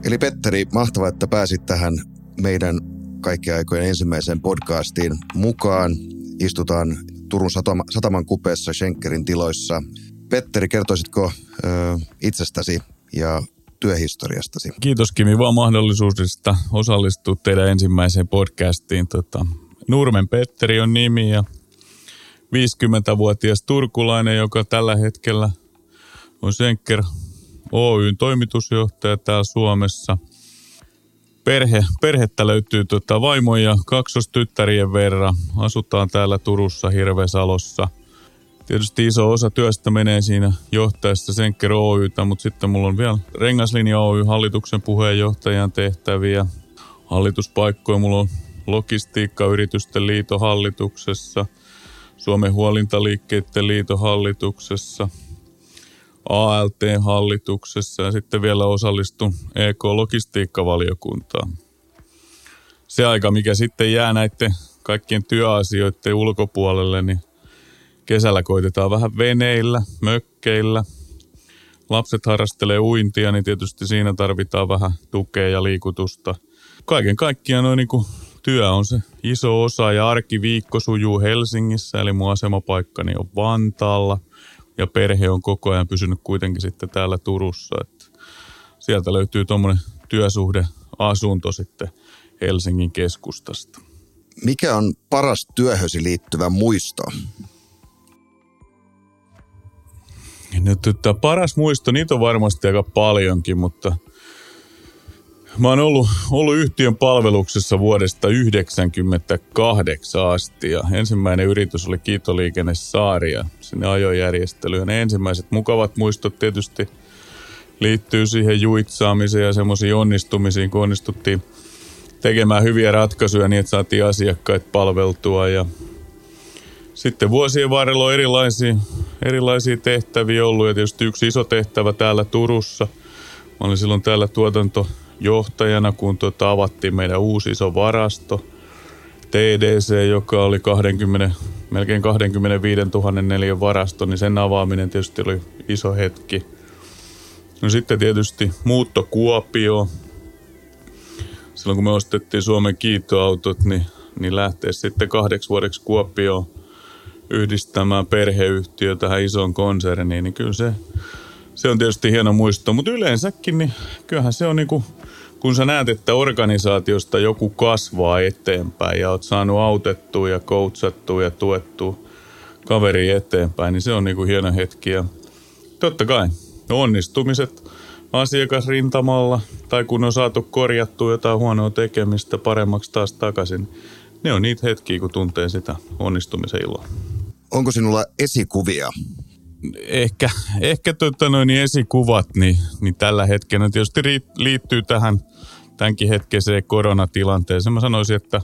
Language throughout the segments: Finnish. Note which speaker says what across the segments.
Speaker 1: Eli Petteri, mahtavaa, että pääsit tähän meidän kaikkien aikojen ensimmäiseen podcastiin mukaan. Istutaan Turun sataman kupeessa Schenkerin tiloissa. Petteri, kertoisitko itsestäsi ja työhistoriastasi?
Speaker 2: Kiitos Kimi vaan mahdollisuudesta osallistua teidän ensimmäiseen podcastiin. Nurmen Petteri on nimi ja 50-vuotias turkulainen, joka tällä hetkellä on Schenker Oyn toimitusjohtaja täällä Suomessa. Perhettä löytyy vaimon ja kaksostyttärien verran. Asutaan täällä Turussa Hirvesalossa. Tietysti iso osa työstä menee siinä johtajassa Schenker Oytä, mutta sitten mulla on vielä Rengaslinja Oy hallituksen puheenjohtajan tehtäviä. Hallituspaikkoja mulla on Logistiikkayritysten liiton hallituksessa, Suomen huolintaliikkeiden liiton hallituksessa, ALT-hallituksessa ja sitten vielä osallistun EK-logistiikkavaliokuntaan. Se aika, mikä sitten jää näiden kaikkien työasioiden ulkopuolelle, niin kesällä koitetaan vähän veneillä, mökkeillä. Lapset harrastelee uintia, niin tietysti siinä tarvitaan vähän tukea ja liikutusta. Kaiken kaikkiaan työ on se iso osa ja arkiviikko sujuu Helsingissä, eli mun asemapaikkani on Vantaalla. Ja perhe on koko ajan pysynyt kuitenkin sitten täällä Turussa. Että sieltä löytyy tuommoinen työsuhdeasunto sitten Helsingin keskustasta.
Speaker 1: Mikä on paras työhösi liittyvä muisto?
Speaker 2: No, paras muisto, niitä on varmasti aika paljonkin, mutta mä oon ollut yhtiön palveluksessa vuodesta 1998 asti ja ensimmäinen yritys oli Kiitoliikenne Saaria sinne ajojärjestelyyn. Ne ensimmäiset mukavat muistot tietysti liittyy siihen juitsaamiseen ja semmoisiin onnistumisiin, kun onnistuttiin tekemään hyviä ratkaisuja niin, että saatiin asiakkaita palveltua. Ja sitten vuosien varrella on erilaisia tehtäviä ollut ja tietysti yksi iso tehtävä täällä Turussa. Mä olin silloin täällä tuotantojohtajana, kun avattiin meidän uusi iso varasto, TDC, joka oli melkein 25 000 neliön varasto, niin sen avaaminen tietysti oli iso hetki. No sitten tietysti muutto Kuopioon. Silloin kun me ostettiin Suomen kiitoautot, niin lähteä sitten 2 vuodeksi Kuopioon yhdistämään perheyhtiö tähän isoon konserniin, niin kyllä se on tietysti hieno muisto, mutta yleensäkin niin kyllähän se on kun sä näet, että organisaatiosta joku kasvaa eteenpäin ja oot saanut autettua ja coachattua ja tuettua kaveri eteenpäin, niin se on hieno hetki. Ja totta kai onnistumiset asiakasrintamalla tai kun on saatu korjattua jotain huonoa tekemistä paremmaksi taas takaisin, ne on niitä hetkiä, kun tuntee sitä onnistumisen iloa.
Speaker 1: Onko sinulla esikuvia?
Speaker 2: Ehkä esikuvat, niin tällä hetkellä tietysti liittyy tämänkin hetkeiseen koronatilanteeseen. Mä sanoisin, että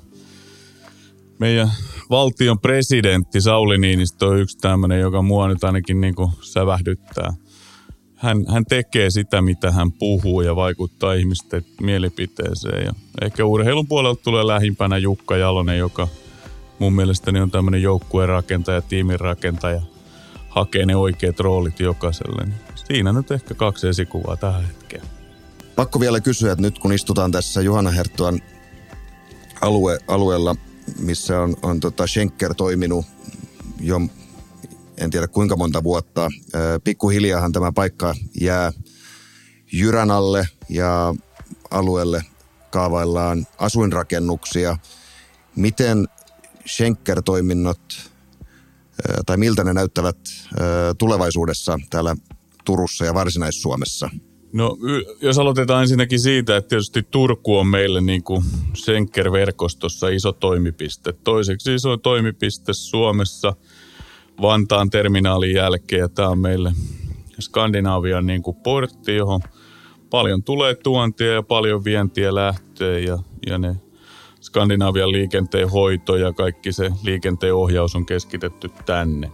Speaker 2: meidän valtion presidentti Sauli Niinistö on yksi tämmöinen, joka mua nyt ainakin sävähdyttää. Hän tekee sitä, mitä hän puhuu ja vaikuttaa ihmisten mielipiteeseen. Ja ehkä urheilun puolelta tulee lähimpänä Jukka Jalonen, joka mun mielestäni on tämmöinen joukkueen rakentaja, tiimin rakentaja. Hakee ne oikeat roolit jokaiselle. Siinä nyt ehkä 2 esikuvaa tähän hetkeen.
Speaker 1: Pakko vielä kysyä, että nyt kun istutaan tässä Juhana Herttuan alueella, missä on Schenker toiminut jo en tiedä kuinka monta vuotta. Pikkuhiljaahan tämä paikka jää jyrän alle ja alueelle kaavaillaan asuinrakennuksia. Miten Schenker-toiminnot tai miltä ne näyttävät tulevaisuudessa täällä Turussa ja Varsinais-Suomessa?
Speaker 2: No jos aloitetaan ensinnäkin siitä, että tietysti Turku on meille niin kuin Schenker-verkostossa iso toimipiste. Toiseksi iso toimipiste Suomessa Vantaan terminaalin jälkeen ja tämä on meille Skandinavian niin kuin portti, johon paljon tulee tuontia ja paljon vientiä lähtee ja ne Skandinavian liikenteen hoito ja kaikki se liikenteen ohjaus on keskitetty tänne.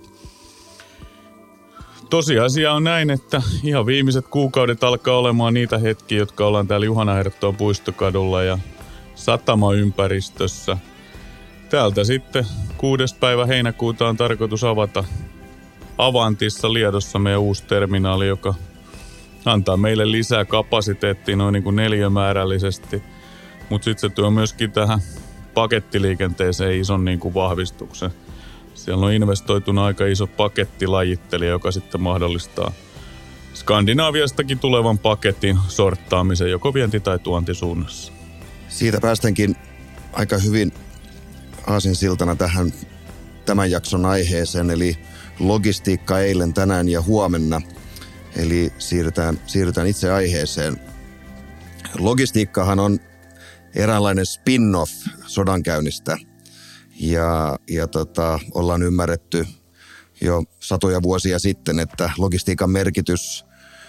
Speaker 2: Tosiasia on näin, että ihan viimeiset kuukaudet alkaa olemaan niitä hetkiä, jotka ollaan täällä Juhana Herttuan puistokadulla ja satamaympäristössä. Täältä sitten 6. päivä heinäkuuta on tarkoitus avata Avantissa Liedossa meidän uusi terminaali, joka antaa meille lisää kapasiteettia noin niin kuin neliömäärällisesti, mutta sitten se tuo myöskin tähän pakettiliikenteeseen ison niin kuin vahvistuksen. Siellä on investoituna aika iso pakettilajittelija, joka sitten mahdollistaa Skandinaaviastakin tulevan paketin sorttaamisen joko vienti- tai tuontisuunnassa.
Speaker 1: Siitä päästäänkin aika hyvin aasinsiltana tähän tämän jakson aiheeseen, eli logistiikka eilen, tänään ja huomenna. Eli siirrytään itse aiheeseen. Logistiikkahan on eräänlainen spin-off sodankäynnistä. Ja ollaan ymmärretty jo satoja vuosia sitten, että logistiikan merkitys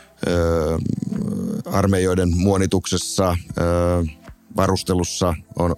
Speaker 1: armeijoiden muonituksessa, varustelussa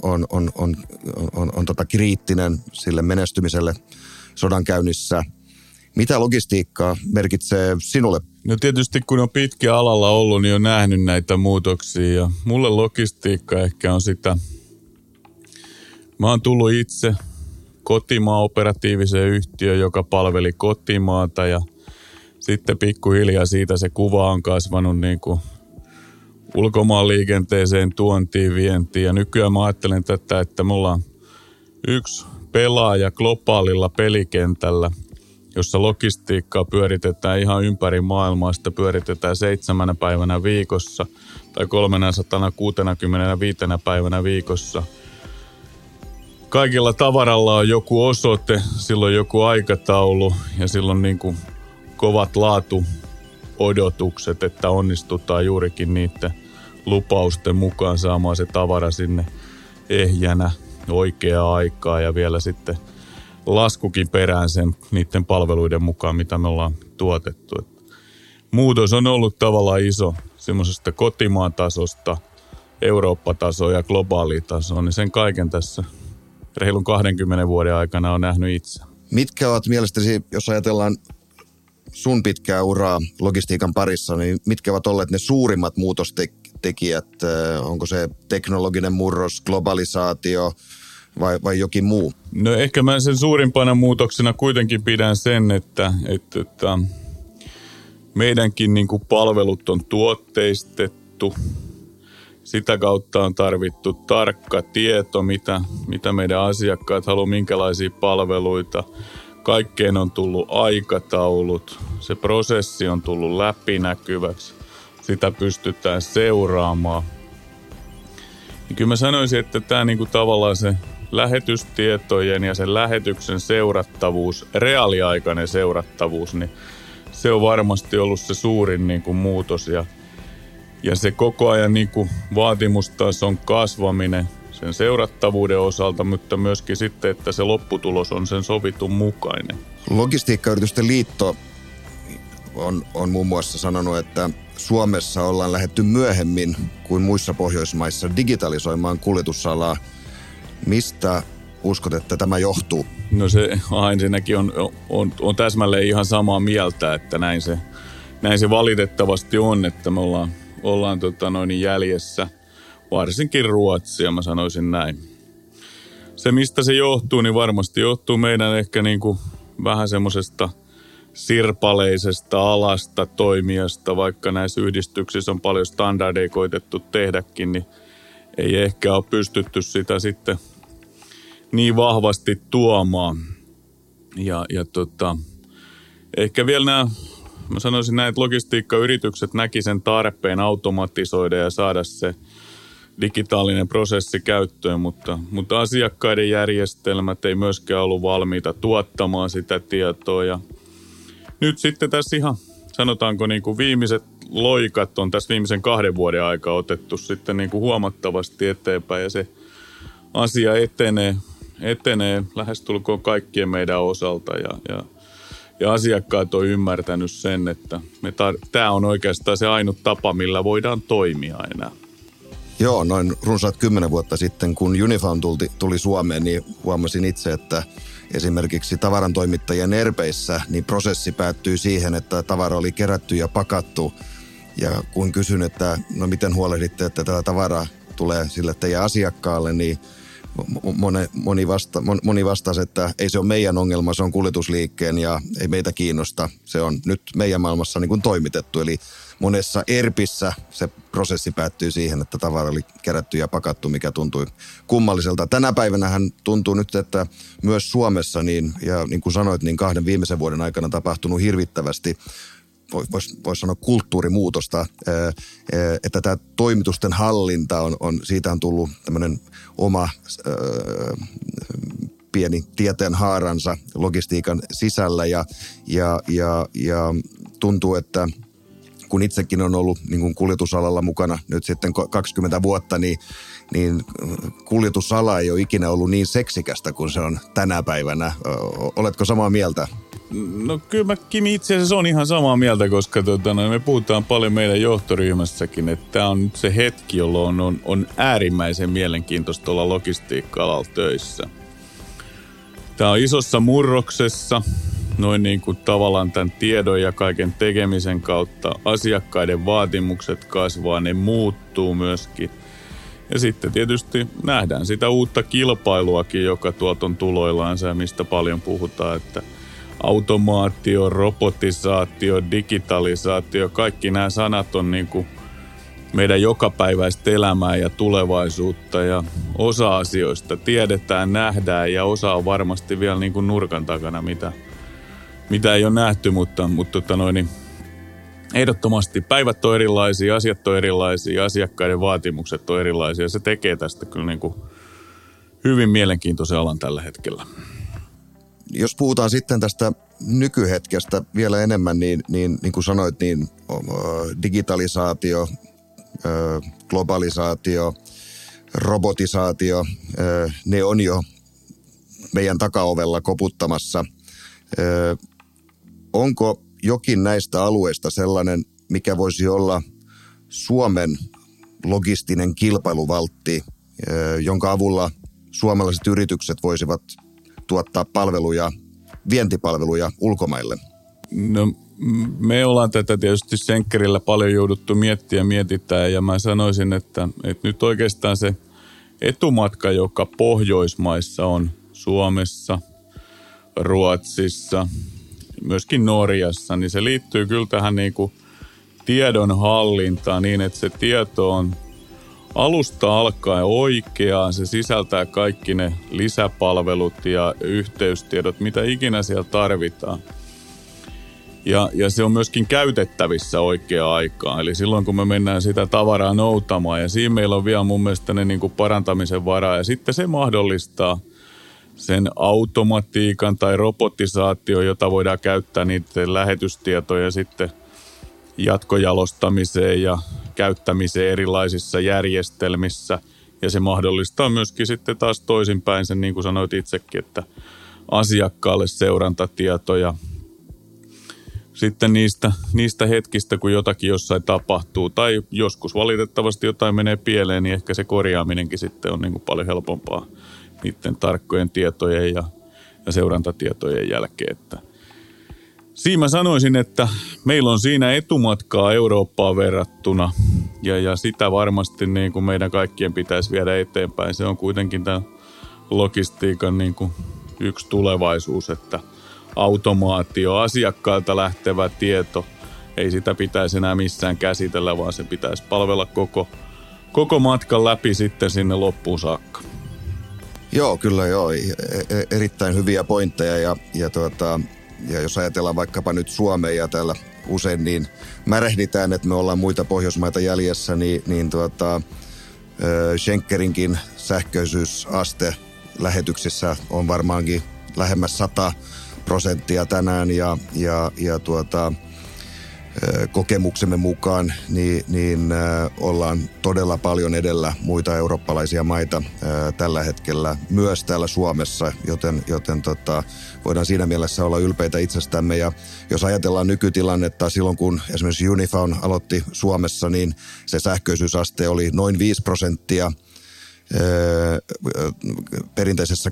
Speaker 1: on kriittinen sille menestymiselle sodankäynnissä. Mitä logistiikkaa merkitsee sinulle?
Speaker 2: No tietysti kun on pitkä alalla ollut, niin on nähnyt näitä muutoksia ja mulle logistiikka ehkä on sitä. Mä oon tullut itse kotimaan operatiiviseen yhtiöön, joka palveli kotimaata ja sitten pikkuhiljaa siitä se kuva on kasvanut niin kuin ulkomaan liikenteeseen, tuontiin, vientiin. Ja nykyään mä ajattelen tätä, että me ollaan yksi pelaaja globaalilla pelikentällä, jossa logistiikkaa pyöritetään ihan ympäri maailmaa. Sitä pyöritetään 7 päivänä viikossa tai 365 päivänä viikossa. Kaikilla tavaralla on joku osoite, silloin joku aikataulu ja silloin niin kuin kovat laatuodotukset, että onnistutaan juurikin niiden lupausten mukaan saamaan se tavara sinne ehjänä oikeaa aikaa ja vielä sitten laskukin perään sen niiden palveluiden mukaan, mitä me ollaan tuotettu. Muutos on ollut tavallaan iso semmoisesta kotimaan tasosta, Eurooppa-tasoa ja globaalitasoa, niin sen kaiken tässä reilun 20 vuoden aikana on nähnyt itse.
Speaker 1: Mitkä ovat mielestäsi, jos ajatellaan sun pitkää uraa logistiikan parissa, niin mitkä ovat olleet ne suurimmat muutostekijät? Onko se teknologinen murros, globalisaatio vai jokin muu?
Speaker 2: No ehkä mä sen suurimpana muutoksena kuitenkin pidän sen, että meidänkin niin kuin palvelut on tuotteistettu. Sitä kautta on tarvittu tarkka tieto, mitä meidän asiakkaat haluaa, minkälaisia palveluita. Kaikkeen on tullut aikataulut, se prosessi on tullut läpinäkyväksi, sitä pystytään seuraamaan. Ja kyllä mä sanoisin, että tämä niinku tavallaan se lähetystietojen ja sen lähetyksen seurattavuus, reaaliaikainen seurattavuus, niin se on varmasti ollut se suurin niinku muutos. Ja se koko ajan niinku vaatimustason kasvaminen sen seurattavuuden osalta, mutta myöskin sitten, että se lopputulos on sen sovitun mukainen.
Speaker 1: Logistiikkayritysten liitto on muun muassa sanonut, että Suomessa ollaan lähdetty myöhemmin kuin muissa Pohjoismaissa digitalisoimaan kuljetusalaa. Mistä uskot, että tämä johtuu?
Speaker 2: No se ensinnäkin on täsmälleen ihan samaa mieltä, että näin se valitettavasti on, että me ollaan jäljessä. Varsinkin Ruotsia, mä sanoisin näin. Se, mistä se johtuu, niin varmasti johtuu meidän ehkä niin kuin vähän semmoisesta sirpaleisesta alasta toimijasta, vaikka näissä yhdistyksissä on paljon standardeja koitettu tehdäkin, niin ei ehkä ole pystytty sitä sitten niin vahvasti tuomaan. Ja ehkä vielä mä sanoisin näin, että logistiikkayritykset näki sen tarpeen automatisoida ja saada se digitaalinen prosessi käyttöön, mutta asiakkaiden järjestelmät ei myöskään ollut valmiita tuottamaan sitä tietoa. Ja nyt sitten tässä ihan, sanotaanko niin kuin viimeiset loikat on tässä viimeisen 2 vuoden aikaa otettu sitten niin kuin huomattavasti eteenpäin ja se asia etenee lähestulkoon kaikkien meidän osalta ja asiakkaat on ymmärtänyt sen, että tämä on oikeastaan se ainut tapa, millä voidaan toimia enää.
Speaker 1: Joo, noin runsaat 10 vuotta sitten, kun Unifound tuli Suomeen, niin huomasin itse, että esimerkiksi tavarantoimittajien ERPeissä niin prosessi päättyi siihen, että tavara oli kerätty ja pakattu. Ja kun kysyn, että no miten huolehditte, että tämä tavara tulee sille teidän asiakkaalle, niin moni vastasi, että ei se ole meidän ongelma, se on kuljetusliikkeen ja ei meitä kiinnosta. Se on nyt meidän maailmassa niin kuin toimitettu, eli monessa ERPissä se prosessi päättyy siihen, että tavara oli kerätty ja pakattu, mikä tuntui kummalliselta. Tänä päivänähän tuntuu nyt, että myös Suomessa, niin kuin sanoit, niin 2 viimeisen vuoden aikana tapahtunut hirvittävästi, voisi sanoa kulttuurimuutosta, että tämä toimitusten hallinta siitä on tullut tämmöinen oma pieni tieteen haaransa logistiikan sisällä ja tuntuu, että kun itsekin on ollut niin kuin kuljetusalalla mukana nyt sitten 20 vuotta, niin kuljetusala ei ole ikinä ollut niin seksikästä kuin se on tänä päivänä. Oletko samaa mieltä?
Speaker 2: No kyllä mä, Kimi, itse asiassa on ihan samaa mieltä, koska me puhutaan paljon meidän johtoryhmässäkin, että tämä on nyt se hetki, jolloin on äärimmäisen mielenkiintoista olla logistiikka-alalla töissä. Tämä on isossa murroksessa, noin niin kuin tavallaan tämän tiedon ja kaiken tekemisen kautta. Asiakkaiden vaatimukset kasvaa, ne muuttuu myöskin. Ja sitten tietysti nähdään sitä uutta kilpailuakin, joka tuolta on tuloillaansa ja mistä paljon puhutaan, että automaatio, robotisaatio, digitalisaatio, kaikki nämä sanat on niin kuin meidän jokapäiväistä elämää ja tulevaisuutta ja osa asioista tiedetään, nähdään ja osa on varmasti vielä niin kuin nurkan takana, mitä ei ole nähty, mutta ehdottomasti päivät on erilaisia, asiat on erilaisia, asiakkaiden vaatimukset on erilaisia. Se tekee tästä kyllä niin kuin hyvin mielenkiintoisen alan tällä hetkellä.
Speaker 1: Jos puhutaan sitten tästä nykyhetkestä vielä enemmän, niin kuin sanoit, niin digitalisaatio, globalisaatio, robotisaatio, ne on jo meidän takaovella koputtamassa. Onko jokin näistä alueista sellainen, mikä voisi olla Suomen logistinen kilpailuvaltti, jonka avulla suomalaiset yritykset voisivat tuottaa palveluja, vientipalveluja ulkomaille?
Speaker 2: No, me ollaan tätä tietysti Schenkkerillä paljon jouduttu mietitään ja mä sanoisin, että nyt oikeastaan se etumatka, joka Pohjoismaissa on, Suomessa, Ruotsissa, myöskin Norjassa, niin se liittyy kyllä tähän niin kuin tiedon hallintaan niin, että se tieto on alusta alkaen oikeaa, se sisältää kaikki ne lisäpalvelut ja yhteystiedot, mitä ikinä siellä tarvitaan. Ja se on myöskin käytettävissä oikeaan aikaan. Eli silloin, kun me mennään sitä tavaraa noutamaan, ja siinä meillä on vielä mun mielestä ne niin kuin parantamisen varaa. Ja sitten se mahdollistaa sen automatiikan tai robotisaatio, jota voidaan käyttää niiden lähetystietoja sitten jatkojalostamiseen ja käyttämiseen erilaisissa järjestelmissä. Ja se mahdollistaa myöskin sitten taas toisinpäin sen, niin kuin sanoit itsekin, että asiakkaalle seurantatietoja. Sitten niistä hetkistä, kun jotakin jossain tapahtuu tai joskus valitettavasti jotain menee pieleen, niin ehkä se korjaaminenkin sitten on niin kuin paljon helpompaa niiden tarkkojen tietojen ja seurantatietojen jälkeen. Että siinä mä sanoisin, että meillä on siinä etumatkaa Eurooppaan verrattuna ja sitä varmasti niin kuin meidän kaikkien pitäisi viedä eteenpäin. Se on kuitenkin tämän logistiikan niin kuin yksi tulevaisuus, että automaatio, asiakkaalta lähtevä tieto, ei sitä pitäisi enää missään käsitellä, vaan se pitäisi palvella koko matkan läpi sitten sinne loppuun saakka.
Speaker 1: Joo, kyllä joo. Erittäin hyviä pointteja ja jos ajatellaan vaikkapa nyt Suomea ja täällä usein niin märehditään, että me ollaan muita Pohjoismaita jäljessä, niin Schenkkerinkin sähköisyysaste lähetyksissä on varmaankin lähemmäs 100% tänään ja kokemuksemme mukaan niin ollaan todella paljon edellä muita eurooppalaisia maita tällä hetkellä myös täällä Suomessa, joten voidaan siinä mielessä olla ylpeitä itsestämme. Ja jos ajatellaan nykytilannetta, silloin kun esimerkiksi Unifound aloitti Suomessa, niin se sähköisyysaste oli noin 5%. perinteisissä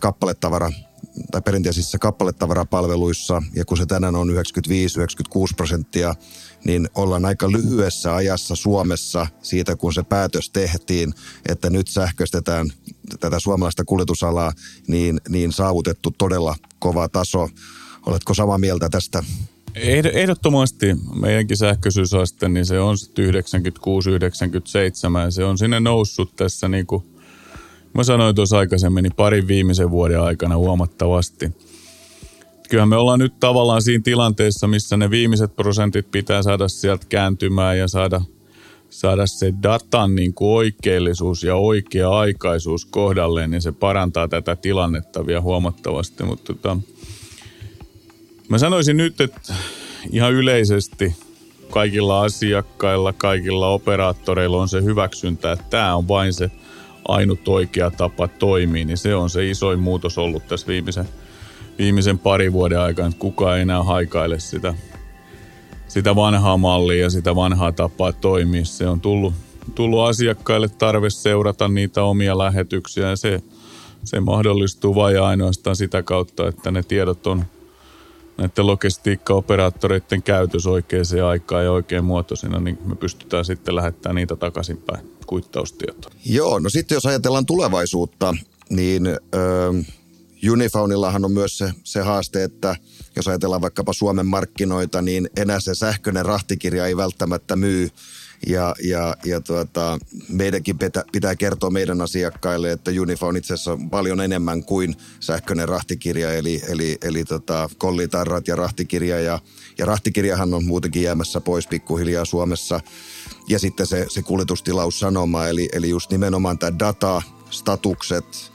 Speaker 1: kappalettavarapalveluissa, ja kun se tänään on 95-96%, niin ollaan aika lyhyessä ajassa Suomessa siitä, kun se päätös tehtiin, että nyt sähköistetään tätä suomalaista kuljetusalaa, niin saavutettu todella kova taso. Oletko samaa mieltä tästä?
Speaker 2: Ehdottomasti meidänkin sähköisyysaste, niin se on 96-97, ja se on sinne noussut tässä, niin kuin mä sanoin tuossa aikaisemmin, niin parin viimeisen vuoden aikana huomattavasti. Kyllähän me ollaan nyt tavallaan siinä tilanteessa, missä ne viimeiset prosentit pitää saada sieltä kääntymään ja saada se datan niin kuin oikeellisuus ja oikea-aikaisuus kohdalleen, niin se parantaa tätä tilannetta vielä huomattavasti, mutta mä sanoisin nyt, että ihan yleisesti kaikilla asiakkailla, kaikilla operaattoreilla on se hyväksyntä, että tämä on vain se ainut oikea tapa toimia, niin se on se isoin muutos ollut tässä viimeisen parin vuoden aikana, että kukaan ei enää haikaile sitä vanhaa mallia ja sitä vanhaa tapaa toimia. Se on tullut asiakkaille tarve seurata niitä omia lähetyksiä, ja se mahdollistuu vain ainoastaan sitä kautta, että ne tiedot on näiden logistiikkaoperaattoreiden käytös oikeaan aikaan ja oikein muotoisina, niin me pystytään sitten lähettämään niitä takaisinpäin kuittaustietoon.
Speaker 1: Joo, no sitten jos ajatellaan tulevaisuutta, niin Unifounillahan on myös se haaste, että jos ajatellaan vaikkapa Suomen markkinoita, niin enää se sähköinen rahtikirja ei välttämättä myy. Ja meidänkin pitää kertoa meidän asiakkaille, että Uniphone itse asiassa on paljon enemmän kuin sähköinen rahtikirja, eli kollitarrat ja rahtikirja. Ja rahtikirjahan on muutenkin jäämässä pois pikkuhiljaa Suomessa. Ja sitten se kuljetustilaussanoma, eli just nimenomaan tämä data, statukset,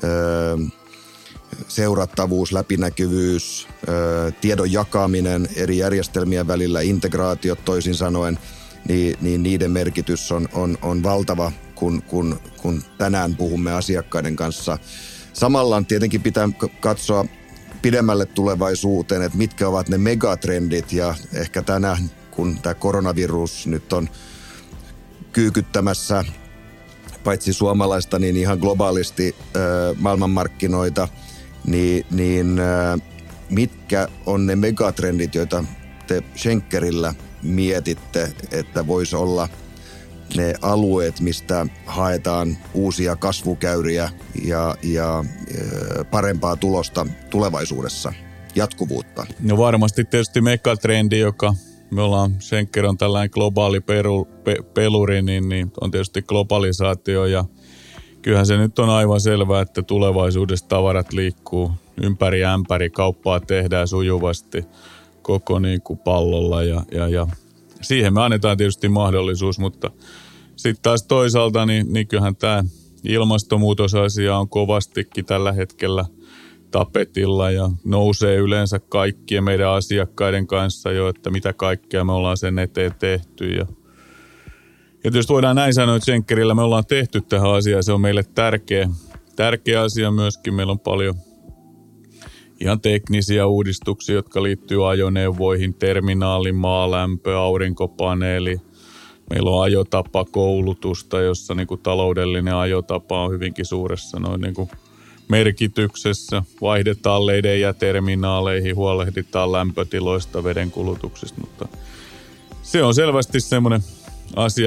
Speaker 1: seurattavuus, läpinäkyvyys, tiedon jakaminen eri järjestelmien välillä, integraatiot toisin sanoen, niin niiden merkitys on valtava, kun tänään puhumme asiakkaiden kanssa. Samalla tietenkin pitää katsoa pidemmälle tulevaisuuteen, että mitkä ovat ne megatrendit, ja ehkä tänään, kun tämä koronavirus nyt on kyykyttämässä paitsi suomalaista, niin ihan globaalisti maailmanmarkkinoita, niin mitkä on ne megatrendit, joita te Schenkerillä mietitte, että voisi olla ne alueet, mistä haetaan uusia kasvukäyriä ja parempaa tulosta tulevaisuudessa, jatkuvuutta?
Speaker 2: No varmasti tietysti megatrendi, joka me ollaan, Schenker on tällainen globaali peluri, niin on tietysti globalisaatio, ja kyllähän se nyt on aivan selvää, että tulevaisuudessa tavarat liikkuu ympäri ämpäri, kauppaa tehdään sujuvasti koko niin kuin pallolla, ja siihen me annetaan tietysti mahdollisuus, mutta sitten taas toisaalta niin kyllähän tämä ilmastonmuutosasia on kovastikin tällä hetkellä tapetilla ja nousee yleensä kaikkien meidän asiakkaiden kanssa jo, että mitä kaikkea me ollaan sen eteen tehty. Ja tietysti voidaan näin sanoa, että Schenkerillä me ollaan tehty tähän asiaan, se on meille tärkeä asia myöskin. Meillä on paljon ihan teknisiä uudistuksia, jotka liittyy ajoneuvoihin, terminaali, maalämpö, aurinkopaneeli. Meillä on ajotapakoulutusta, jossa niin kuin taloudellinen ajotapa on hyvinkin suuressa noin niin kuin merkityksessä. Vaihdetaan ledejä terminaaleihin, huolehditaan lämpötiloista, vedenkulutuksista, mutta se on selvästi semmoinen asia,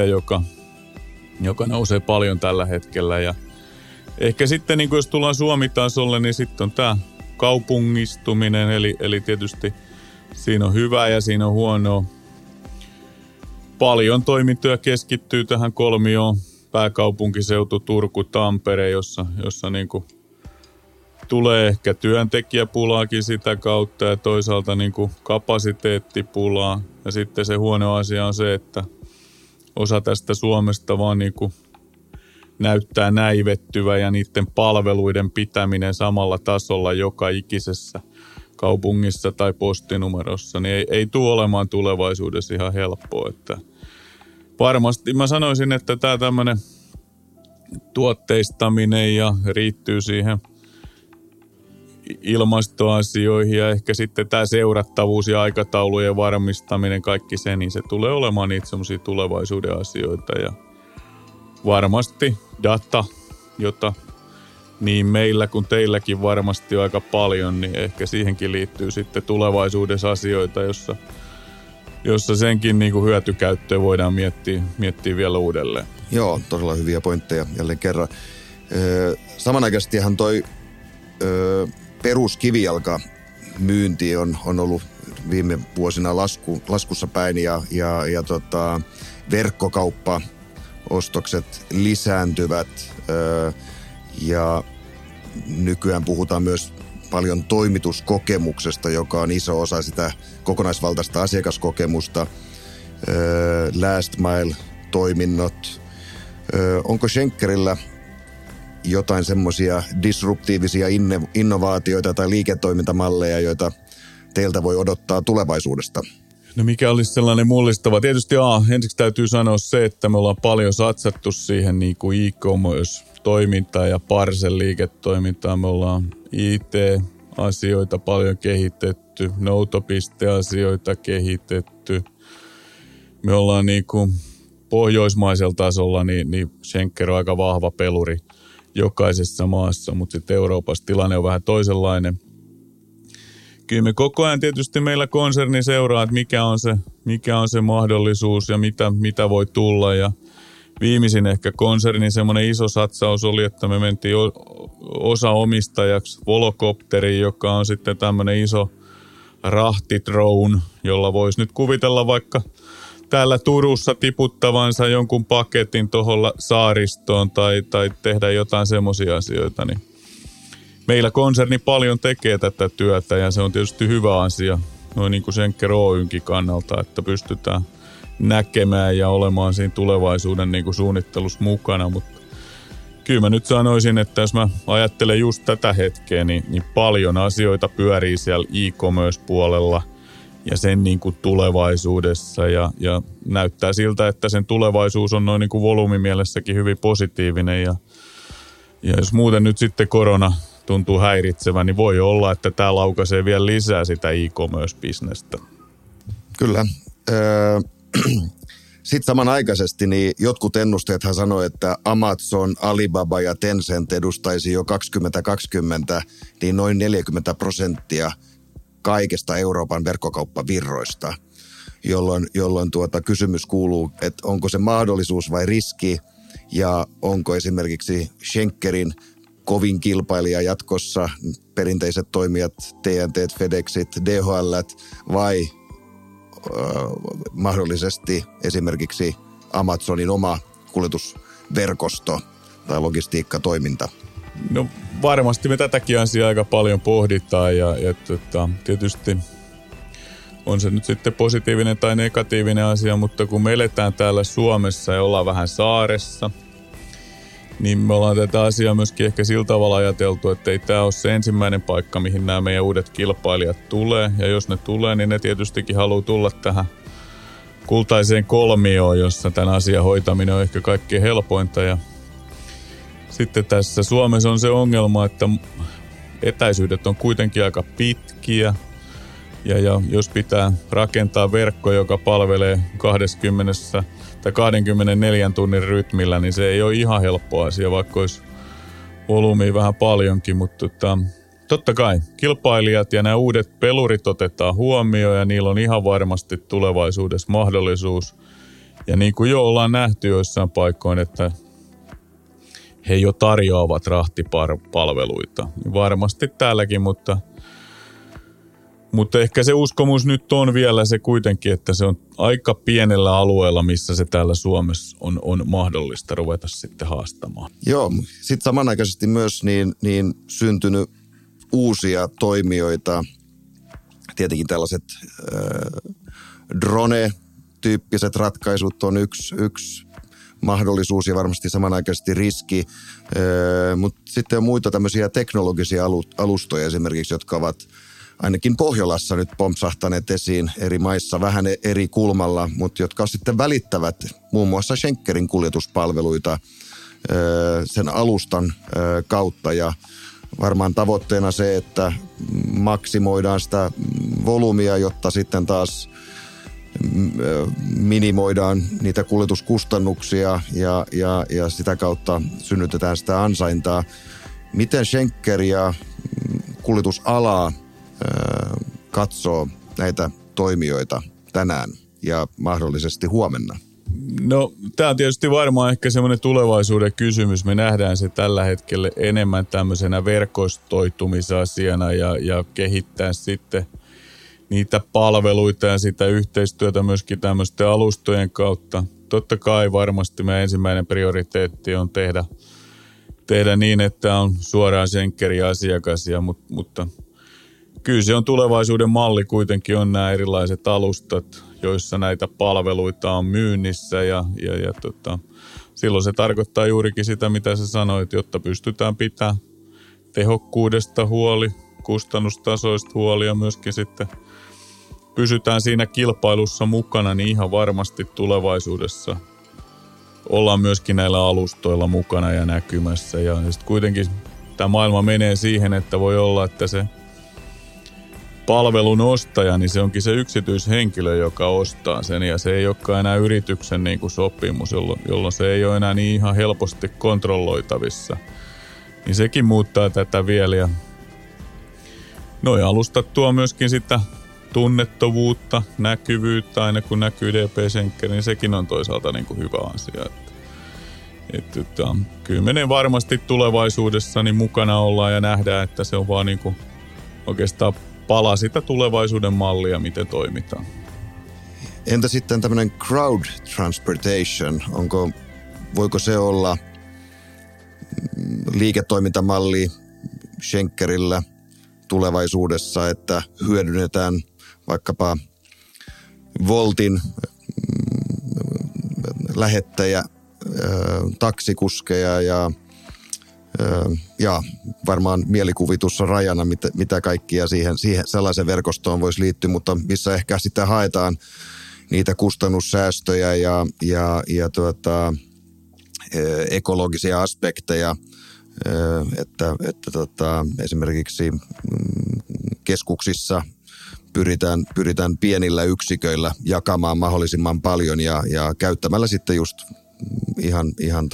Speaker 2: joka nousee paljon tällä hetkellä. Ja ehkä sitten, niin kuin jos tullaan Suomi-tasolle, niin sitten on tämä kaupungistuminen, eli tietysti siinä on hyvää ja siinä on huonoa. Paljon toimintoja keskittyy tähän kolmioon, pääkaupunkiseutu, Turku, Tampere, jossa niin kuin tulee ehkä työntekijäpulaakin sitä kautta ja toisaalta niin kuin kapasiteettipulaa. Ja sitten se huono asia on se, että osa tästä Suomesta vaan niin kuin näyttää näivettyvä ja niiden palveluiden pitäminen samalla tasolla joka ikisessä kaupungissa tai postinumerossa, niin ei tule olemaan tulevaisuudessa ihan helppoa. Että varmasti mä sanoisin, että tämä tämmöinen tuotteistaminen ja riittyy siihen ilmastoasioihin ja ehkä sitten tämä seurattavuus ja aikataulujen varmistaminen, kaikki se, niin se tulee olemaan niitä semmoisia tulevaisuuden asioita ja varmasti data, jota niin meillä kuin teilläkin varmasti on aika paljon, niin ehkä siihenkin liittyy sitten tulevaisuudessa asioita, jossa senkin niin kuin hyötykäyttöä voidaan miettiä vielä uudelleen.
Speaker 1: Joo, todella hyviä pointteja jälleen kerran. Samanaikaisestihan toi peruskivijalka myynti on ollut viime vuosina laskussa päin ja verkkokauppaostokset lisääntyvät ja nykyään puhutaan myös paljon toimituskokemuksesta, joka on iso osa sitä kokonaisvaltaista asiakaskokemusta, last mile-toiminnot. Onko Schenkerillä jotain semmoisia disruptiivisia innovaatioita tai liiketoimintamalleja, joita teiltä voi odottaa tulevaisuudesta?
Speaker 2: No mikä olisi sellainen mullistava? Tietysti ensiksi täytyy sanoa se, että me ollaan paljon satsattu siihen niin kuin e-commerce-toimintaan ja parcel-liiketoimintaan. Me ollaan IT-asioita paljon kehitetty, noutopiste-asioita kehitetty. Me ollaan niin kuin pohjoismaisella tasolla, niin Schenker on aika vahva peluri jokaisessa maassa, mutta sitten Euroopassa tilanne on vähän toisenlainen. Kyllä me koko ajan tietysti meillä konserni seuraa, että mikä on se mahdollisuus ja mitä voi tulla. Ja viimeisin ehkä konsernin semmoinen iso satsaus oli, että me mentiin osaomistajaksi Volocopteriin, joka on sitten tämmöinen iso rahtidrone, jolla voisi nyt kuvitella vaikka täällä Turussa tiputtavansa jonkun paketin tuohon saaristoon tai tehdä jotain semmoisia asioita, niin meillä konserni paljon tekee tätä työtä ja se on tietysti hyvä asia noin niin kuin Schenker Oynkin kannalta, että pystytään näkemään ja olemaan siinä tulevaisuuden niin kuin suunnittelussa mukana. Mutta kyllä mä nyt sanoisin, että jos mä ajattelen just tätä hetkeä, niin paljon asioita pyörii siellä e-commerce-puolella ja sen niin kuin tulevaisuudessa ja näyttää siltä, että sen tulevaisuus on noin niin kuin volyymimielessäkin hyvin positiivinen ja jos muuten nyt sitten korona tuntuu häiritsevän, niin voi olla, että tämä laukaisee vielä lisää sitä e-commerce-bisnestä.
Speaker 1: Kyllä. Sitten samanaikaisesti niin jotkut ennusteethan sanoi, että Amazon, Alibaba ja Tencent edustaisi jo 2020 niin noin 40% kaikesta Euroopan verkkokauppavirroista, jolloin kysymys kuuluu, että onko se mahdollisuus vai riski ja onko esimerkiksi Schenkerin kovin kilpailija jatkossa perinteiset toimijat, TNT, FedExit, DHL vai mahdollisesti esimerkiksi Amazonin oma kuljetusverkosto tai logistiikkatoiminta?
Speaker 2: No varmasti me tätäkin asiaa aika paljon pohditaan ja tietysti on se nyt sitten positiivinen tai negatiivinen asia, mutta kun me eletään täällä Suomessa ja ollaan vähän saaressa, niin me ollaan tätä asiaa myöskin ehkä sillä tavalla ajateltu, että ei tämä ole se ensimmäinen paikka, mihin nämä meidän uudet kilpailijat tulee. Ja jos ne tulee, niin ne tietystikin haluaa tulla tähän kultaiseen kolmioon, jossa tämän asian hoitaminen on ehkä kaikkein helpointa. Ja sitten tässä Suomessa on se ongelma, että etäisyydet on kuitenkin aika pitkiä. Ja jos pitää rakentaa verkko, joka palvelee 20 tai 24 tunnin rytmillä, niin se ei ole ihan helppo asia, vaikka olisi volyymia vähän paljonkin. Mutta totta kai kilpailijat ja nämä uudet pelurit otetaan huomioon ja niillä on ihan varmasti tulevaisuudessa mahdollisuus. Ja niin kuin jo ollaan nähty joissain paikoin, että he jo tarjoavat rahtipalveluita. Varmasti täälläkin, mutta ehkä se uskomus nyt on vielä se kuitenkin, että se on aika pienellä alueella, missä se täällä Suomessa on mahdollista ruveta sitten haastamaan.
Speaker 1: Joo, sitten samanaikaisesti myös niin syntynyt uusia toimijoita. Tietenkin tällaiset drone-tyyppiset ratkaisut on yksi mahdollisuus ja varmasti samanaikaisesti riski, mutta sitten on muita tämmöisiä teknologisia alustoja esimerkiksi, jotka ovat ainakin Pohjolassa nyt pompsahtaneet esiin eri maissa vähän eri kulmalla, mutta jotka sitten välittävät muun muassa Schenkerin kuljetuspalveluita sen alustan kautta. Ja varmaan tavoitteena se, että maksimoidaan sitä volyymia, jotta sitten taas minimoidaan niitä kuljetuskustannuksia ja sitä kautta synnytetään sitä ansaintaa. Miten Schenker ja kuljetusala katsoo näitä toimijoita tänään ja mahdollisesti huomenna?
Speaker 2: No, tämä on tietysti varmaan ehkä semmoinen tulevaisuuden kysymys. Me nähdään se tällä hetkellä enemmän tämmöisenä verkostoitumisasiana ja kehittää sitten niitä palveluita ja sitä yhteistyötä myöskin tämmöisten alustojen kautta. Totta kai varmasti meidän ensimmäinen prioriteetti on tehdä niin, että on suoraan Schenkerin asiakasia, mutta kyllä se on tulevaisuuden malli kuitenkin on nämä erilaiset alustat, joissa näitä palveluita on myynnissä ja silloin se tarkoittaa juurikin sitä, mitä sä sanoit, jotta pystytään pitämään tehokkuudesta huoli, kustannustasoista huoli ja myöskin sitten pysytään siinä kilpailussa mukana, niin ihan varmasti tulevaisuudessa ollaan myöskin näillä alustoilla mukana ja näkymässä. Ja sitten kuitenkin tämä maailma menee siihen, että voi olla, että se palvelun ostaja, niin se onkin se yksityishenkilö, joka ostaa sen. Ja se ei olekaan enää yrityksen niin kuin sopimus, jolloin se ei ole enää niin ihan helposti kontrolloitavissa. Niin sekin muuttaa tätä vielä. Ja noi alustat tuo myöskin sitä tunnettavuutta, näkyvyyttä, aina kun näkyy DP Schenker, niin sekin on toisaalta niin kuin hyvä asia. Kyllä menee varmasti tulevaisuudessa niin mukana ollaan ja nähdään, että se on vaan niin kuin oikeastaan pala sitä tulevaisuuden mallia, miten toimitaan.
Speaker 1: Entä sitten tämmöinen crowd transportation? Voiko se olla liiketoimintamalli Schenkerillä tulevaisuudessa, että hyödynnetään vaikkapa Woltin lähettäjä, taksikuskeja ja varmaan mielikuvitus on rajana, mitä kaikkia siihen sellaisen verkostoon voisi liittyä, mutta missä ehkä sitä haetaan niitä kustannussäästöjä ja ekologisia aspekteja, että esimerkiksi keskuksissa pyritään pienillä yksiköillä jakamaan mahdollisimman paljon ja käyttämällä sitten just ihan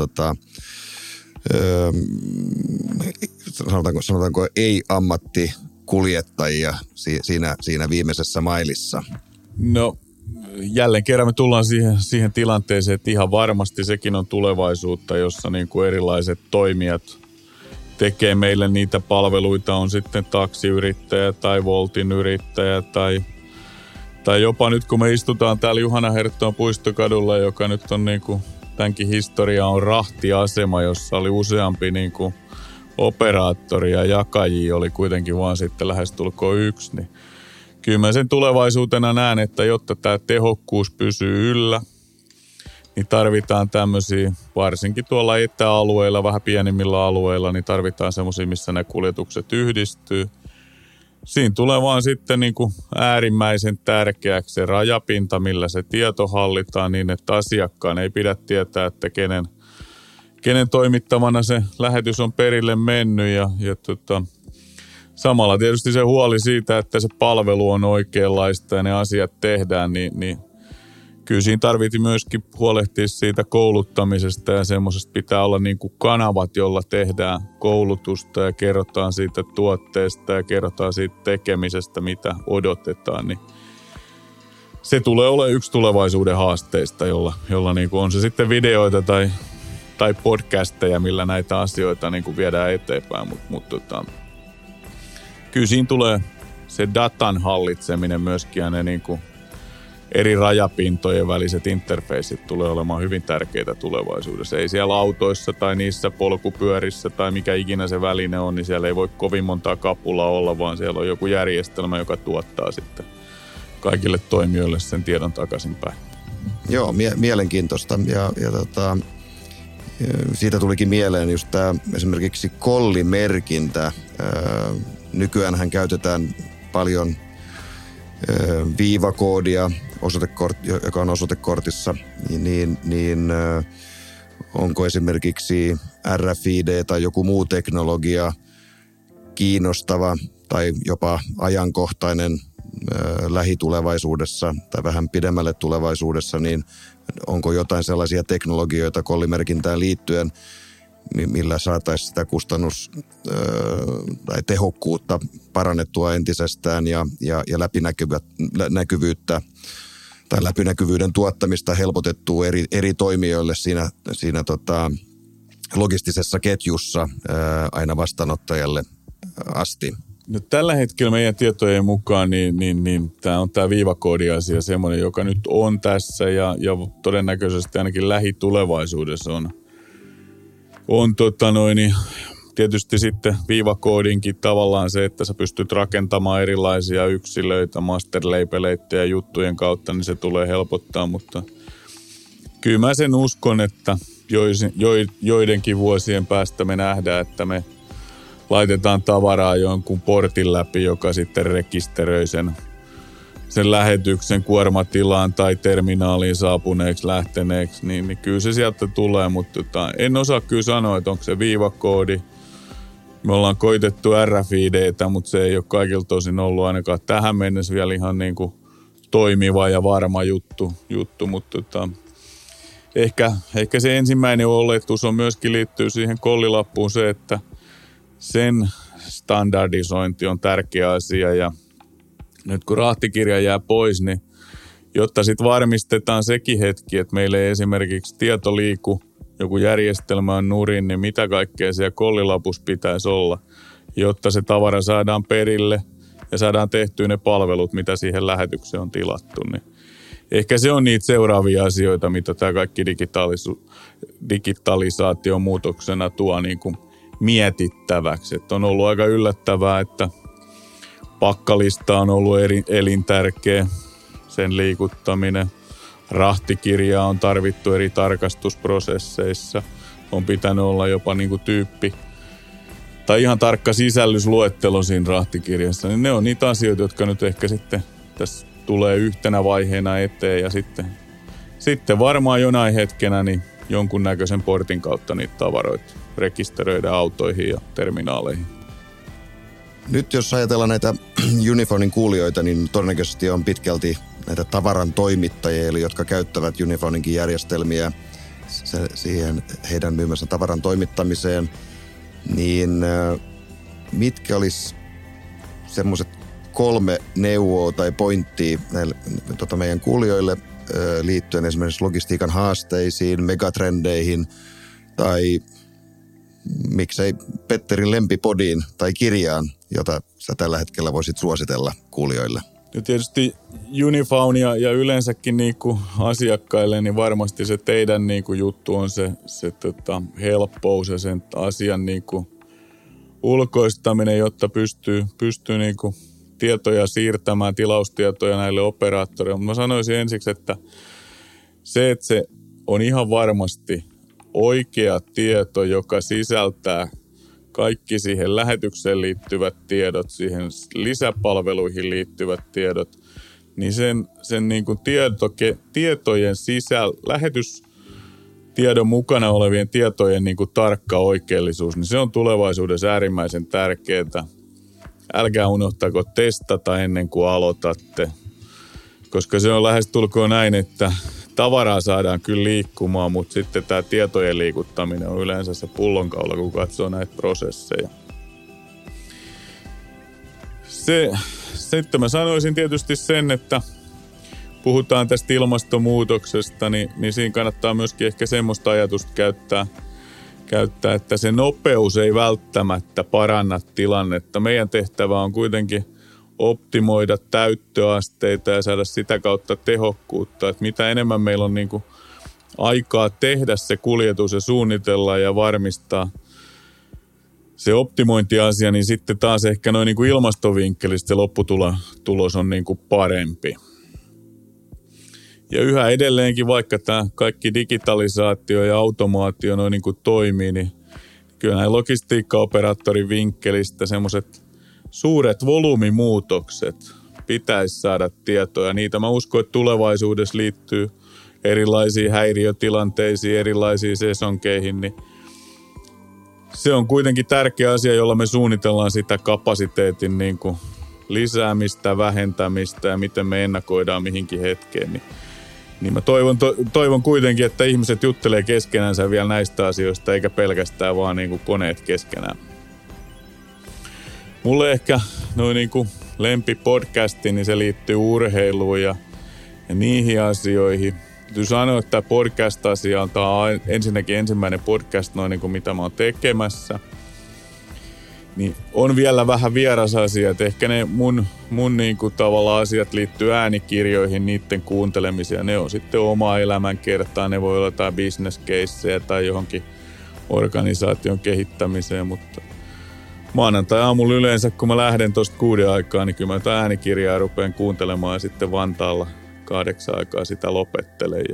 Speaker 1: sanotaanko ei-ammattikuljettajia siinä viimeisessä mailissa.
Speaker 2: No jälleen kerran me tullaan siihen tilanteeseen, että ihan varmasti sekin on tulevaisuutta, jossa niin kuin erilaiset toimijat tekee meille niitä palveluita, on sitten taksiyrittäjä tai Woltin yrittäjä tai jopa nyt kun me istutaan täällä Juhana Herttoon puistokadulla, joka nyt on niin kuin, tämänkin historia on rahtiasema, jossa oli useampi niin kuin operaattori ja jakajia oli kuitenkin vaan sitten lähestulkoon yksi, niin kyllä mä sen tulevaisuutena näen, että jotta tämä tehokkuus pysyy yllä, niin tarvitaan tämmöisiä, varsinkin tuolla etäalueilla, vähän pienimmillä alueilla, niin tarvitaan semmoisia, missä ne kuljetukset yhdistyy. Siinä tulee vaan sitten niin kuin äärimmäisen tärkeäksi se rajapinta, millä se tieto hallitaan niin, että asiakkaan ei pidä tietää, että kenen toimittamana se lähetys on perille mennyt ja samalla tietysti se huoli siitä, että se palvelu on oikeanlaista ja ne asiat tehdään, niin kyllä siinä tarvittiin myöskin huolehtia siitä kouluttamisesta ja semmoisesta pitää olla niin kuin kanavat, jolla tehdään koulutusta ja kerrotaan siitä tuotteesta ja kerrotaan siitä tekemisestä, mitä odotetaan. Niin se tulee olemaan yksi tulevaisuuden haasteista, jolla niin kuin on se sitten videoita tai podcasteja, millä näitä asioita niin kuin viedään eteenpäin, mutta kyllä siinä tulee se datan hallitseminen myöskin ja ne niin kuin eri rajapintojen väliset interfaceit tulee olemaan hyvin tärkeitä tulevaisuudessa. Ei siellä autoissa tai niissä polkupyörissä tai mikä ikinä se väline on, niin siellä ei voi kovin montaa kapulaa olla, vaan siellä on joku järjestelmä, joka tuottaa sitten kaikille toimijoille sen tiedon takaisinpäin.
Speaker 1: Joo, mielenkiintoista. Ja siitä tulikin mieleen just tämä esimerkiksi kollimerkintä. Nykyäänhän käytetään paljon viivakoodia, joka on osoitekortissa, niin onko esimerkiksi RFID tai joku muu teknologia kiinnostava tai jopa ajankohtainen lähitulevaisuudessa tai vähän pidemmälle tulevaisuudessa, niin onko jotain sellaisia teknologioita kollimerkintään liittyen, millä saataisiin sitä tai tehokkuutta parannettua entisestään ja läpinäkyvyyttä tai läpinäkyvyyden tuottamista helpotettua eri toimijoille siinä logistisessa ketjussa aina vastaanottajalle asti.
Speaker 2: No, tällä hetkellä meidän tietojen mukaan niin tämä on tämä viivakoodiasia semmoinen, joka nyt on tässä ja todennäköisesti ainakin lähitulevaisuudessa on tietysti sitten viivakoodinkin tavallaan se, että sä pystyt rakentamaan erilaisia yksilöitä, masterleipeleittejä ja juttujen kautta, niin se tulee helpottaa, mutta kyllä mä sen uskon, että joidenkin vuosien päästä me nähdään, että me laitetaan tavaraa jonkun portin läpi, joka sitten rekisteröi sen lähetyksen kuormatilaan tai terminaaliin saapuneeksi lähteneeksi, niin kyllä se sieltä tulee, mutta en osaa kyllä sanoa, että onko se viivakoodi. Me ollaan koitettu RFID:tä, mutta se ei ole kaikilta osin ollut ainakaan tähän mennessä vielä ihan niin kuin toimiva ja varma juttu, mutta ehkä se ensimmäinen oletus on myöskin liittyy siihen kollilappuun se, että sen standardisointi on tärkeä asia ja nyt kun rahtikirja jää pois, niin jotta sitten varmistetaan sekin hetki, että meillä ei esimerkiksi tieto liiku, joku järjestelmä on nurin, niin mitä kaikkea siellä kollilapussa pitäisi olla, jotta se tavara saadaan perille ja saadaan tehtyä ne palvelut, mitä siihen lähetykseen on tilattu. Niin ehkä se on niitä seuraavia asioita, mitä tämä kaikki digitalisaation muutoksena tuo niin kuin mietittäväksi. Että on ollut aika yllättävää, että pakkalista on ollut elintärkeä, sen liikuttaminen. Rahtikirjaa on tarvittu eri tarkastusprosesseissa. On pitänyt olla jopa niin kuin tyyppi tai ihan tarkka sisällysluettelo siinä rahtikirjassa. Niin ne on niitä asioita, jotka nyt ehkä sitten tässä tulee yhtenä vaiheena eteen ja sitten varmaan jonain hetkenä niin jonkunnäköisen portin kautta niitä tavaroita rekisteröidään autoihin ja terminaaleihin.
Speaker 1: Nyt jos ajatellaan näitä Unifonin kuulijoita, niin todennäköisesti on pitkälti näitä tavaran toimittajia, eli jotka käyttävät Unifoninkin järjestelmiä siihen heidän myymänsä tavaran toimittamiseen. Niin mitkä olisi semmoiset 3 neuvoa tai pointtia näille, meidän kuulijoille liittyen esimerkiksi logistiikan haasteisiin, megatrendeihin tai miksei Petterin lempipodiin tai kirjaan, jota sä tällä hetkellä voisit suositella kuulijoille?
Speaker 2: Ja tietysti Unifound ja yleensäkin niinku asiakkaille, niin varmasti se teidän niinku juttu on se helppous ja sen asian niinku ulkoistaminen, jotta pystyy niinku tietoja siirtämään, tilaustietoja näille operaattoreille. Mutta mä sanoisin ensiksi, että se on ihan varmasti oikea tieto, joka sisältää kaikki siihen lähetykseen liittyvät tiedot, siihen lisäpalveluihin liittyvät tiedot, niin sen niin kuin tietojen lähetystiedon mukana olevien tietojen niin kuin tarkka oikeellisuus, niin se on tulevaisuudessa äärimmäisen tärkeää. Älkää unohtako testata ennen kuin aloitatte, koska se on lähestulkoon näin, että tavaraa saadaan kyllä liikkumaan, mutta sitten tämä tietojen liikuttaminen on yleensä se pullonkaula, kun katsoo näitä prosesseja. Sitten mä sanoisin tietysti sen, että puhutaan tästä ilmastonmuutoksesta, niin siinä kannattaa myöskin ehkä semmoista ajatusta käyttää, että se nopeus ei välttämättä paranna tilannetta. Meidän tehtävä on kuitenkin optimoida täyttöasteita ja saada sitä kautta tehokkuutta. Että mitä enemmän meillä on niin kuin aikaa tehdä se kuljetus ja suunnitella ja varmistaa se optimointiasia, niin sitten taas ehkä noin niin kuin ilmastovinkkelistä se lopputulos on niin kuin parempi. Ja yhä edelleenkin, vaikka tämä kaikki digitalisaatio ja automaatio noin niin kuin toimii, niin kyllä näin logistiikkaoperaattorin vinkkelistä semmoiset suuret volyymimuutokset pitäisi saada tietoa. Niitä mä uskon, että tulevaisuudessa liittyy erilaisiin häiriötilanteisiin, erilaisiin sesonkeihin, niin se on kuitenkin tärkeä asia, jolla me suunnitellaan sitä kapasiteetin niin kuin lisäämistä, vähentämistä ja miten me ennakoidaan mihinkin hetkeen. Niin Niin mä toivon kuitenkin, että ihmiset juttelee keskenänsä vielä näistä asioista, eikä pelkästään vaan niin kuin koneet keskenään. Mulle ehkä noin niin kuin lempipodcasti, niin se liittyy urheiluun ja niihin asioihin. Täytyy sanoa, että tämä podcast-asia on ensinnäkin ensimmäinen podcast, noin niin kuin mitä mä oon tekemässä. Niin on vielä vähän vieras asia, että ehkä ne mun niin kuin tavallaan asiat liittyy äänikirjoihin, niiden kuuntelemiseen. Ne on sitten omaa elämänkertaa, ne voi olla jotain business-keissejä tai johonkin organisaation kehittämiseen, mutta maanantai-aamulla yleensä, kun mä lähden tuosta 6 aikaa, niin kyllä mä äänikirjaa rupean kuuntelemaan ja sitten Vantaalla 8 aikaa sitä lopettelen.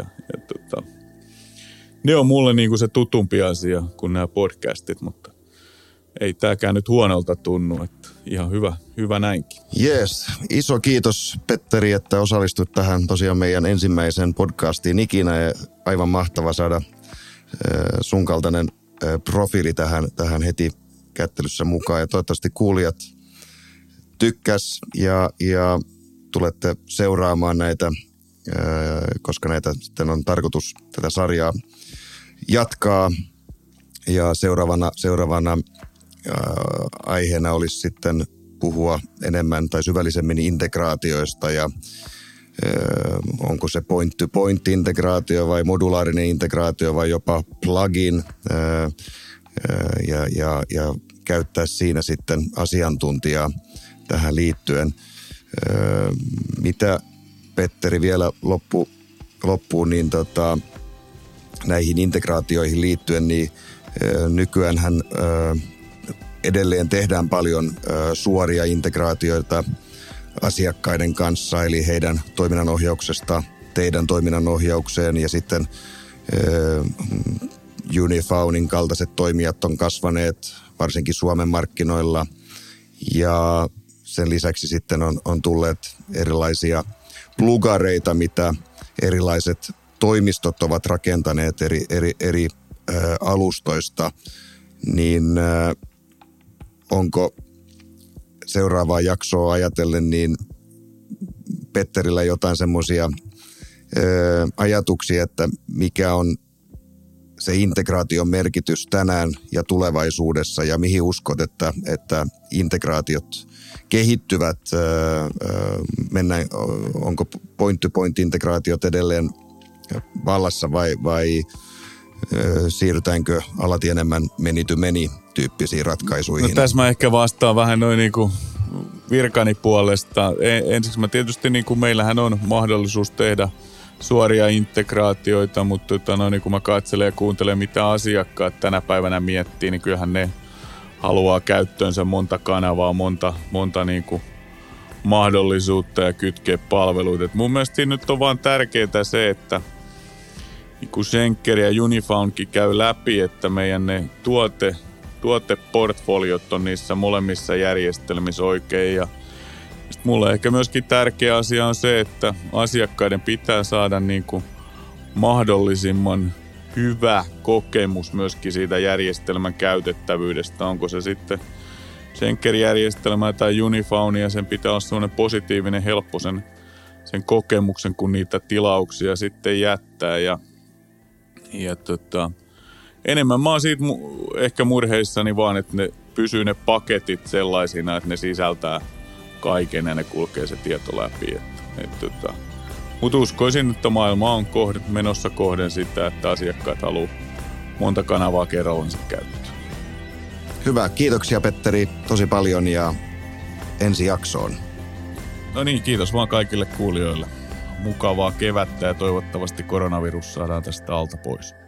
Speaker 2: Ne on mulle niin kuin se tutumpi asia kuin nämä podcastit, mutta ei tääkään nyt huonolta tunnu, että ihan hyvä näinkin.
Speaker 1: Jees, iso kiitos Petteri, että osallistuit tähän tosiaan meidän ensimmäiseen podcastiin ikinä ja aivan mahtava saada sun kaltainen profiili tähän heti kättelyssä mukaan ja toivottavasti kuulijat tykkäs ja tulette seuraamaan näitä, koska näitä sitten on tarkoitus tätä sarjaa jatkaa ja seuraavana aiheena olisi sitten puhua enemmän tai syvällisemmin integraatioista ja onko se point-to-point-integraatio vai modulaarinen integraatio vai jopa plugin ja käyttää siinä sitten asiantuntijaa tähän liittyen. Mitä Petteri vielä loppuun niin näihin integraatioihin liittyen, niin nykyäänhän edelleen tehdään paljon suoria integraatioita asiakkaiden kanssa, eli heidän toiminnanohjauksesta teidän toiminnanohjaukseen ja sitten Unifoundin kaltaiset toimijat on kasvaneet varsinkin Suomen markkinoilla ja sen lisäksi sitten on tulleet erilaisia plugareita, mitä erilaiset toimistot ovat rakentaneet eri alustoista, niin onko seuraavaa jaksoa ajatellen niin Petterillä jotain semmoisia ajatuksia, että mikä on se integraation merkitys tänään ja tulevaisuudessa ja mihin uskot, että integraatiot kehittyvät, onko point-to-point-integraatiot edelleen vallassa vai siirrytäänkö alati enemmän many-to-many-tyyppisiin ratkaisuihin?
Speaker 2: No, tässä mä ehkä vastaan vähän noin niin kuin virkani puolesta. Ensiksi mä tietysti niin kuin meillähän on mahdollisuus tehdä suoria integraatioita, mutta niin kun mä katselen ja kuuntelen, mitä asiakkaat tänä päivänä miettii, niin kyllähän ne haluaa käyttöönsä monta kanavaa, monta niin kuin mahdollisuutta ja kytkeä palveluita. Et mun mielestä nyt on vaan tärkeää se, että niin kun Schenker ja Unifoundkin käy läpi, että meidän ne tuoteportfoliot on niissä molemmissa järjestelmissä oikein. Ja mulle ehkä myöskin tärkeä asia on se, että asiakkaiden pitää saada niin kuin mahdollisimman hyvä kokemus myöskin siitä järjestelmän käytettävyydestä. Onko se sitten Schenker-järjestelmää tai Unifoundia, sen pitää olla sellainen positiivinen, helppo sen kokemuksen, kun niitä tilauksia sitten jättää. Ja enemmän mä oon siitä ehkä murheissani vaan, että ne pysyy ne paketit sellaisina, että ne sisältää kaiken ja ne kulkee se tieto läpi. Mutta uskoisin, että maailma on menossa kohden sitä, että asiakkaat haluaa monta kanavaa kerrallansa käyttöön.
Speaker 1: Hyvä, kiitoksia Petteri tosi paljon ja ensi jaksoon.
Speaker 2: No niin, kiitos vaan kaikille kuulijoille. Mukavaa kevättä ja toivottavasti koronavirus saadaan tästä alta pois.